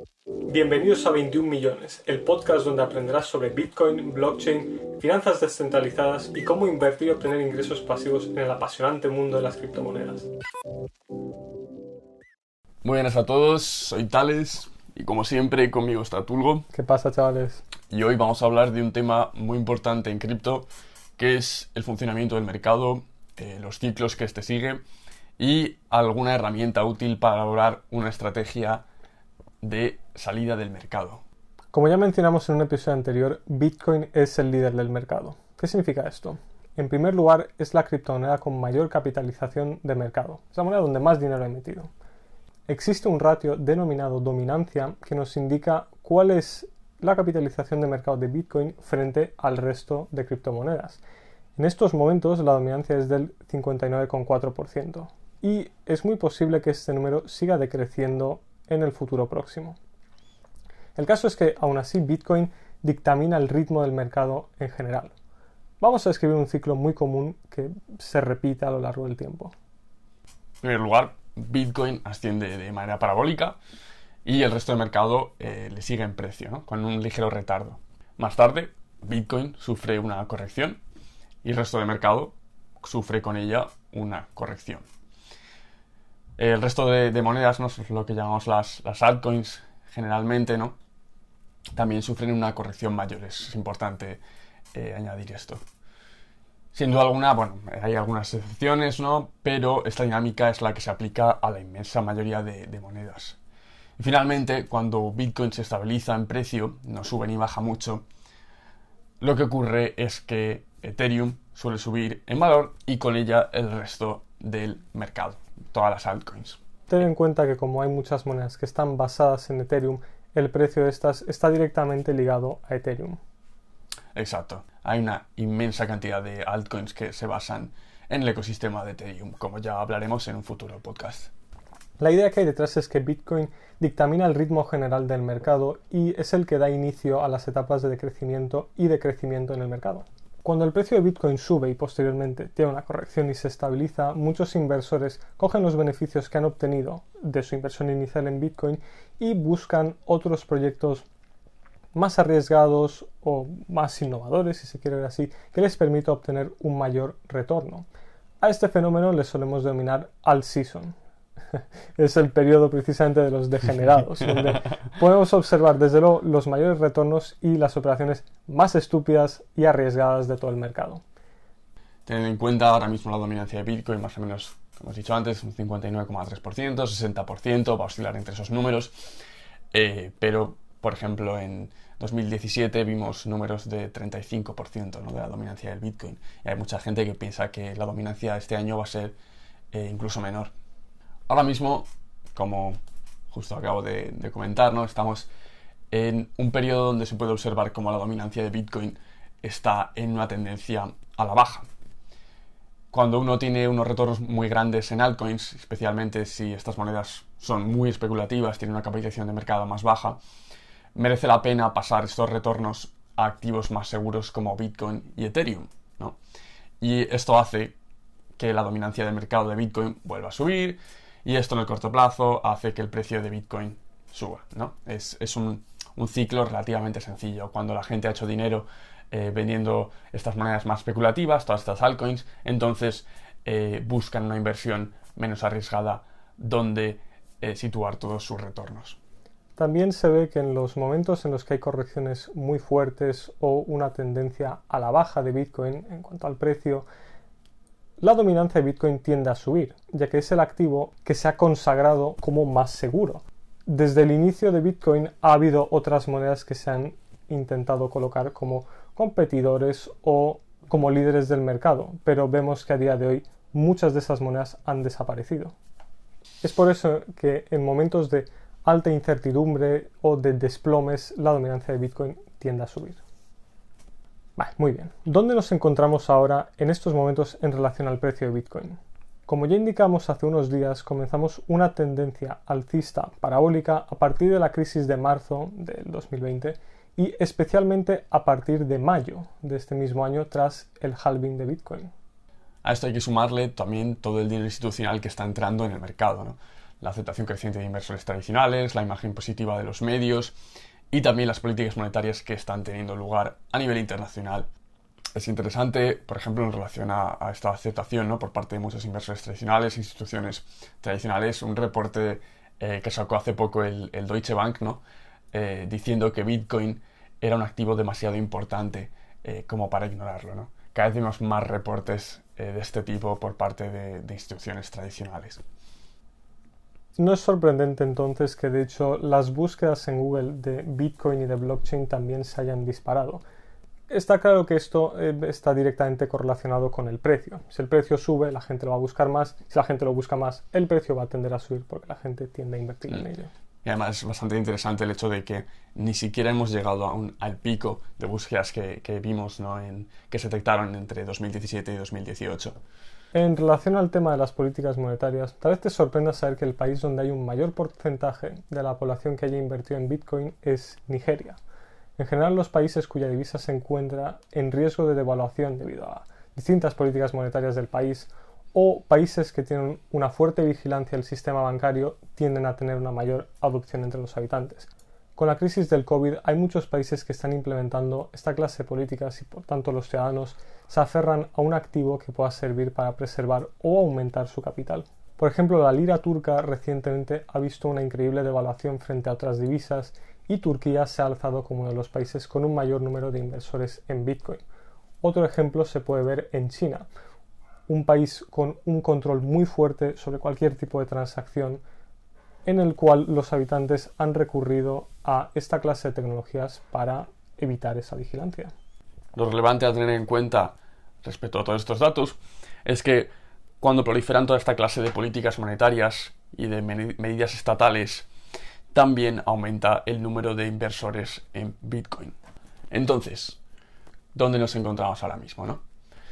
Bienvenidos a 21 millones, el podcast donde aprenderás sobre Bitcoin, blockchain, finanzas descentralizadas y cómo invertir y obtener ingresos pasivos en el apasionante mundo de las criptomonedas. Muy buenas a todos, soy Tales y como siempre conmigo está Tulgo. ¿Qué pasa, chavales? Y hoy vamos a hablar de un tema muy importante en cripto, que es el funcionamiento del mercado, los ciclos que este sigue y alguna herramienta útil para lograr una estrategia de salida del mercado. Como ya mencionamos en un episodio anterior, Bitcoin es el líder del mercado. ¿Qué significa esto? En primer lugar, es la criptomoneda con mayor capitalización de mercado. Es la moneda donde más dinero he metido. Existe un ratio denominado dominancia que nos indica cuál es la capitalización de mercado de Bitcoin frente al resto de criptomonedas. En estos momentos la dominancia es del 59,4% y es muy posible que este número siga decreciendo en el futuro próximo. El caso es que aún así Bitcoin dictamina el ritmo del mercado en general. Vamos a describir un ciclo muy común que se repite a lo largo del tiempo. En primer lugar, Bitcoin asciende de manera parabólica y el resto del mercado le sigue en precio, ¿no? Con un ligero retardo. Más tarde, Bitcoin sufre una corrección y el resto del mercado sufre con ella una corrección. El resto de monedas, ¿no? Es lo que llamamos las altcoins generalmente, ¿no? También sufren una corrección mayor. Es importante añadir esto. Sin duda alguna, bueno, hay algunas excepciones, ¿no? Pero esta dinámica es la que se aplica a la inmensa mayoría de monedas. Y finalmente, cuando Bitcoin se estabiliza en precio, no sube ni baja mucho, lo que ocurre es que Ethereum suele subir en valor y con ella el resto del mercado, todas las altcoins. Ten en cuenta que como hay muchas monedas que están basadas en Ethereum, el precio de estas está directamente ligado a Ethereum. Exacto. Hay una inmensa cantidad de altcoins que se basan en el ecosistema de Ethereum, como ya hablaremos en un futuro podcast. La idea que hay detrás es que Bitcoin dictamina el ritmo general del mercado y es el que da inicio a las etapas de decrecimiento y de crecimiento en el mercado. Cuando el precio de Bitcoin sube y posteriormente tiene una corrección y se estabiliza, muchos inversores cogen los beneficios que han obtenido de su inversión inicial en Bitcoin y buscan otros proyectos más arriesgados o más innovadores, si se quiere ver así, que les permita obtener un mayor retorno. A este fenómeno le solemos denominar alt season. Es el periodo precisamente de los degenerados, donde podemos observar desde luego los mayores retornos y las operaciones más estúpidas y arriesgadas de todo el mercado. Teniendo en cuenta ahora mismo la dominancia de Bitcoin, más o menos, como hemos dicho antes, un 59,3%, 60%, va a oscilar entre esos números, pero, por ejemplo, en 2017 vimos números de 35%, ¿no? De la dominancia del Bitcoin. Y hay mucha gente que piensa que la dominancia este año va a ser incluso menor. Ahora mismo, como justo acabo de comentar, ¿no? Estamos en un periodo donde se puede observar cómo la dominancia de Bitcoin está en una tendencia a la baja. Cuando uno tiene unos retornos muy grandes en altcoins, especialmente si estas monedas son muy especulativas, tienen una capitalización de mercado más baja, merece la pena pasar estos retornos a activos más seguros como Bitcoin y Ethereum, ¿no? Y esto hace que la dominancia del mercado de Bitcoin vuelva a subir y esto en el corto plazo hace que el precio de Bitcoin suba, ¿no? Es un ciclo relativamente sencillo. Cuando la gente ha hecho dinero vendiendo estas monedas más especulativas, todas estas altcoins, entonces buscan una inversión menos arriesgada donde situar todos sus retornos. También se ve que en los momentos en los que hay correcciones muy fuertes o una tendencia a la baja de Bitcoin en cuanto al precio, la dominancia de Bitcoin tiende a subir, ya que es el activo que se ha consagrado como más seguro. Desde el inicio de Bitcoin ha habido otras monedas que se han intentado colocar como competidores o como líderes del mercado, pero vemos que a día de hoy muchas de esas monedas han desaparecido. Es por eso que en momentos de alta incertidumbre o de desplomes la dominancia de Bitcoin tiende a subir. Vale, muy bien. ¿Dónde nos encontramos ahora en estos momentos en relación al precio de Bitcoin? Como ya indicamos hace unos días, comenzamos una tendencia alcista parabólica a partir de la crisis de marzo del 2020 y especialmente a partir de mayo de este mismo año tras el halving de Bitcoin. A esto hay que sumarle también todo el dinero institucional que está entrando en el mercado, ¿no? la aceptación creciente de inversores tradicionales, la imagen positiva de los medios y también las políticas monetarias que están teniendo lugar a nivel internacional. Es interesante, por ejemplo, en relación a esta aceptación, ¿no?, por parte de muchos inversores tradicionales, instituciones tradicionales, un reporte que sacó hace poco el Deutsche Bank, ¿no?, diciendo que Bitcoin era un activo demasiado importante como para ignorarlo, ¿no? Cada vez vemos más reportes de este tipo por parte de instituciones tradicionales. No es sorprendente entonces que de hecho las búsquedas en Google de Bitcoin y de blockchain también se hayan disparado. Está claro que esto está directamente correlacionado con el precio. Si el precio sube, la gente lo va a buscar más. Si la gente lo busca más, el precio va a tender a subir porque la gente tiende a invertir en ello. Y además es bastante interesante el hecho de que ni siquiera hemos llegado al pico de búsquedas que vimos, ¿no?, que se detectaron entre 2017 y 2018. En relación al tema de las políticas monetarias, tal vez te sorprenda saber que el país donde hay un mayor porcentaje de la población que haya invertido en Bitcoin es Nigeria. En general, los países cuya divisa se encuentra en riesgo de devaluación debido a distintas políticas monetarias del país o países que tienen una fuerte vigilancia del sistema bancario tienden a tener una mayor adopción entre los habitantes. Con la crisis del COVID hay muchos países que están implementando esta clase de políticas y por tanto los ciudadanos se aferran a un activo que pueda servir para preservar o aumentar su capital. Por ejemplo, la lira turca recientemente ha visto una increíble devaluación frente a otras divisas y Turquía se ha alzado como uno de los países con un mayor número de inversores en Bitcoin. Otro ejemplo se puede ver en China, un país con un control muy fuerte sobre cualquier tipo de transacción, en el cual los habitantes han recurrido a esta clase de tecnologías para evitar esa vigilancia. Lo relevante a tener en cuenta respecto a todos estos datos es que cuando proliferan toda esta clase de políticas monetarias y de medidas estatales, también aumenta el número de inversores en Bitcoin. Entonces, ¿dónde nos encontramos ahora mismo, no?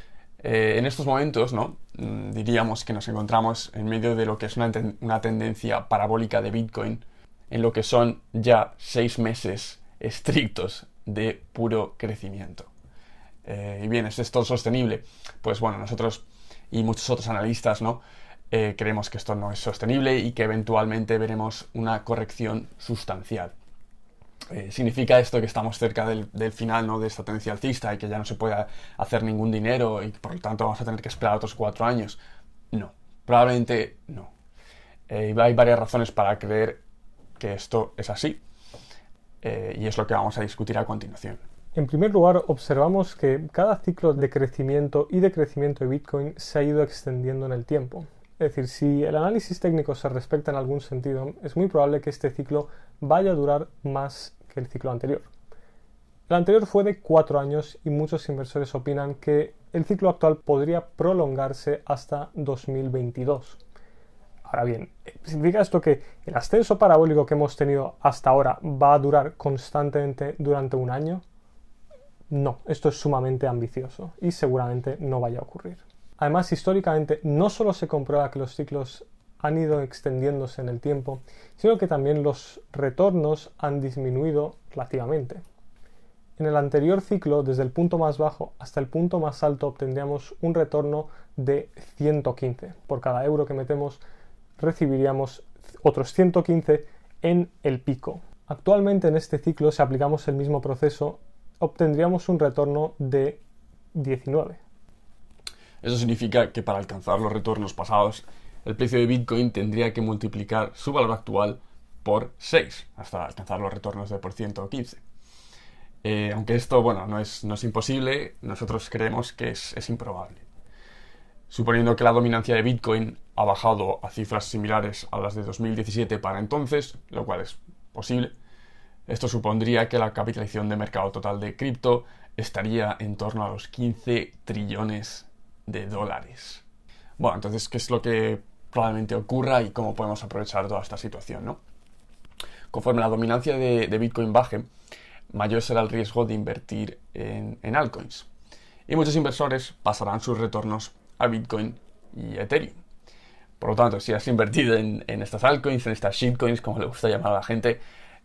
En estos momentos, ¿no?, diríamos que nos encontramos en medio de lo que es una tendencia parabólica de Bitcoin, en lo que son ya 6 meses estrictos de puro crecimiento. Y bien, ¿es esto sostenible? Pues bueno, nosotros y muchos otros analistas, ¿no?, creemos que esto no es sostenible y que eventualmente veremos una corrección sustancial. ¿Significa esto que estamos cerca del final, ¿no?, de esta tendencia alcista y que ya no se puede hacer ningún dinero y por lo tanto vamos a tener que esperar otros 4 años? No, probablemente no. Hay varias razones para creer que esto es así y es lo que vamos a discutir a continuación. En primer lugar, observamos que cada ciclo de crecimiento y decrecimiento de Bitcoin se ha ido extendiendo en el tiempo. Es decir, si el análisis técnico se respecta en algún sentido, es muy probable que este ciclo vaya a durar más que el ciclo anterior. El anterior fue de 4 años y muchos inversores opinan que el ciclo actual podría prolongarse hasta 2022. Ahora bien, ¿significa esto que el ascenso parabólico que hemos tenido hasta ahora va a durar constantemente durante un año? No, esto es sumamente ambicioso y seguramente no vaya a ocurrir. Además, históricamente, no solo se comprueba que los ciclos han ido extendiéndose en el tiempo, sino que también los retornos han disminuido relativamente. En el anterior ciclo, desde el punto más bajo hasta el punto más alto, obtendríamos un retorno de 115. Por cada euro que metemos, recibiríamos otros 115 en el pico. Actualmente, en este ciclo, si aplicamos el mismo proceso, obtendríamos un retorno de 19. Eso significa que para alcanzar los retornos pasados, el precio de Bitcoin tendría que multiplicar su valor actual por 6 hasta alcanzar los retornos de por 115. Aunque esto, bueno, no es imposible, nosotros creemos que es improbable. Suponiendo que la dominancia de Bitcoin ha bajado a cifras similares a las de 2017 para entonces, lo cual es posible, esto supondría que la capitalización de mercado total de cripto estaría en torno a los 15 trillones de dólares. Bueno, entonces, ¿qué es lo que probablemente ocurra y cómo podemos aprovechar toda esta situación, ¿no? Conforme la dominancia de Bitcoin baje, mayor será el riesgo de invertir en altcoins. Y muchos inversores pasarán sus retornos a Bitcoin y Ethereum. Por lo tanto, si has invertido en estas altcoins, en estas shitcoins, como le gusta llamar a la gente,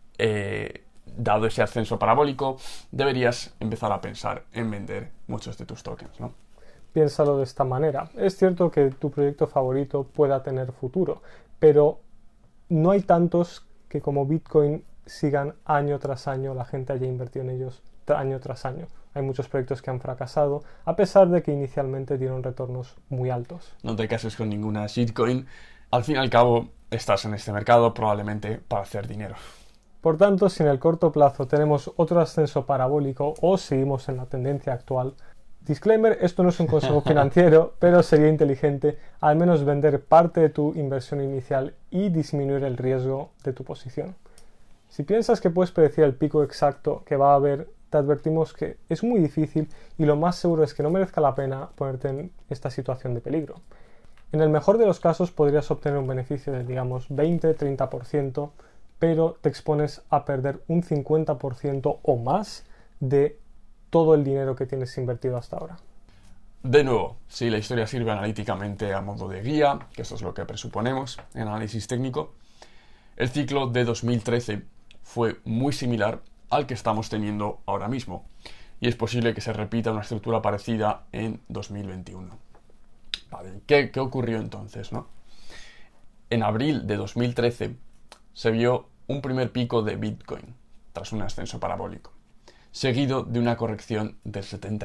dado ese ascenso parabólico, deberías empezar a pensar en vender muchos de tus tokens, ¿no? Piénsalo de esta manera. Es cierto que tu proyecto favorito pueda tener futuro, pero no hay tantos que como Bitcoin sigan año tras año, la gente haya invertido en ellos año tras año. Hay muchos proyectos que han fracasado, a pesar de que inicialmente dieron retornos muy altos. No te cases con ninguna shitcoin. Al fin y al cabo, estás en este mercado probablemente para hacer dinero. Por tanto, si en el corto plazo tenemos otro ascenso parabólico o seguimos en la tendencia actual, disclaimer, esto no es un consejo financiero, pero sería inteligente al menos vender parte de tu inversión inicial y disminuir el riesgo de tu posición. Si piensas que puedes predecir el pico exacto que va a haber, te advertimos que es muy difícil y lo más seguro es que no merezca la pena ponerte en esta situación de peligro. En el mejor de los casos podrías obtener un beneficio de, digamos, 20-30%, pero te expones a perder un 50% o más de todo el dinero que tienes invertido hasta ahora. De nuevo, si la historia sirve analíticamente a modo de guía, que eso es lo que presuponemos en análisis técnico, el ciclo de 2013 fue muy similar al que estamos teniendo ahora mismo, y es posible que se repita una estructura parecida en 2021. Vale, ¿qué ocurrió entonces, no? En abril de 2013 se vio un primer pico de Bitcoin, tras un ascenso parabólico, seguido de una corrección del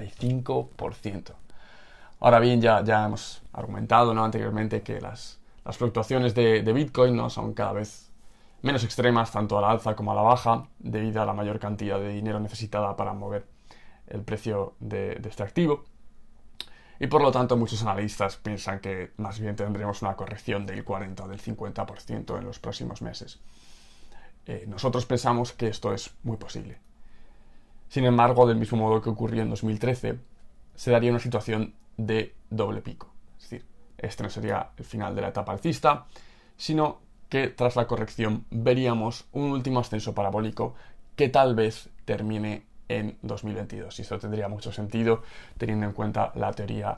75%. Ahora bien, ya hemos argumentado, ¿no?, anteriormente que las fluctuaciones de Bitcoin, ¿no?, son cada vez menos extremas, tanto a la alza como a la baja, debido a la mayor cantidad de dinero necesitada para mover el precio de este activo. Y por lo tanto, muchos analistas piensan que más bien tendremos una corrección del 40 o del 50% en los próximos meses. Nosotros pensamos que esto es muy posible. Sin embargo, del mismo modo que ocurrió en 2013, se daría una situación de doble pico. Es decir, este no sería el final de la etapa alcista, sino que tras la corrección veríamos un último ascenso parabólico que tal vez termine en 2022. Y esto tendría mucho sentido teniendo en cuenta la teoría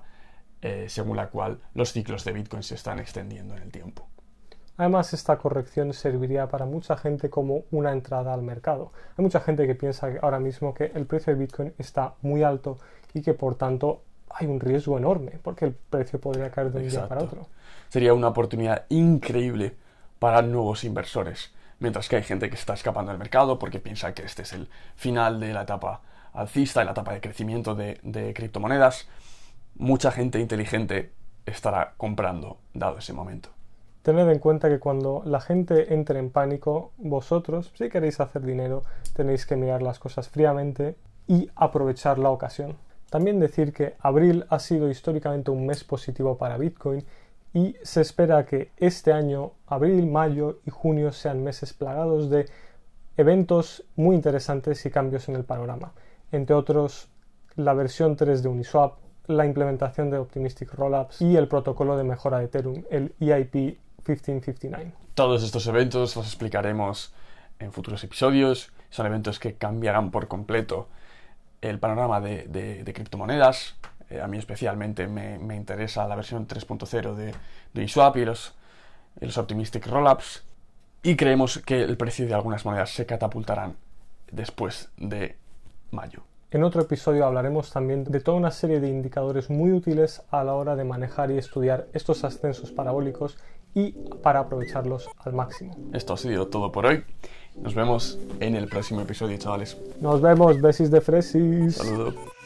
según la cual los ciclos de Bitcoin se están extendiendo en el tiempo. Además, esta corrección serviría para mucha gente como una entrada al mercado. Hay mucha gente que piensa ahora mismo que el precio de Bitcoin está muy alto y que por tanto hay un riesgo enorme porque el precio podría caer de un día para otro. Sería una oportunidad increíble para nuevos inversores, mientras que hay gente que se está escapando del mercado porque piensa que este es el final de la etapa alcista, de la etapa de crecimiento de criptomonedas. Mucha gente inteligente estará comprando dado ese momento. Tened en cuenta que cuando la gente entre en pánico, vosotros, si queréis hacer dinero, tenéis que mirar las cosas fríamente y aprovechar la ocasión. También decir que abril ha sido históricamente un mes positivo para Bitcoin y se espera que este año, abril, mayo y junio sean meses plagados de eventos muy interesantes y cambios en el panorama. Entre otros, la versión 3 de Uniswap, la implementación de Optimistic Rollups y el protocolo de mejora de Ethereum, el EIP 1559. Todos estos eventos los explicaremos en futuros episodios. Son eventos que cambiarán por completo el panorama de criptomonedas. A mí especialmente me interesa la versión 3.0 de Uniswap y los Optimistic Rollups. Y creemos que el precio de algunas monedas se catapultarán después de mayo. En otro episodio hablaremos también de toda una serie de indicadores muy útiles a la hora de manejar y estudiar estos ascensos parabólicos y para aprovecharlos al máximo. Esto ha sido todo por hoy. Nos vemos en el próximo episodio, chavales. Nos vemos, besis de fresis. Saludos.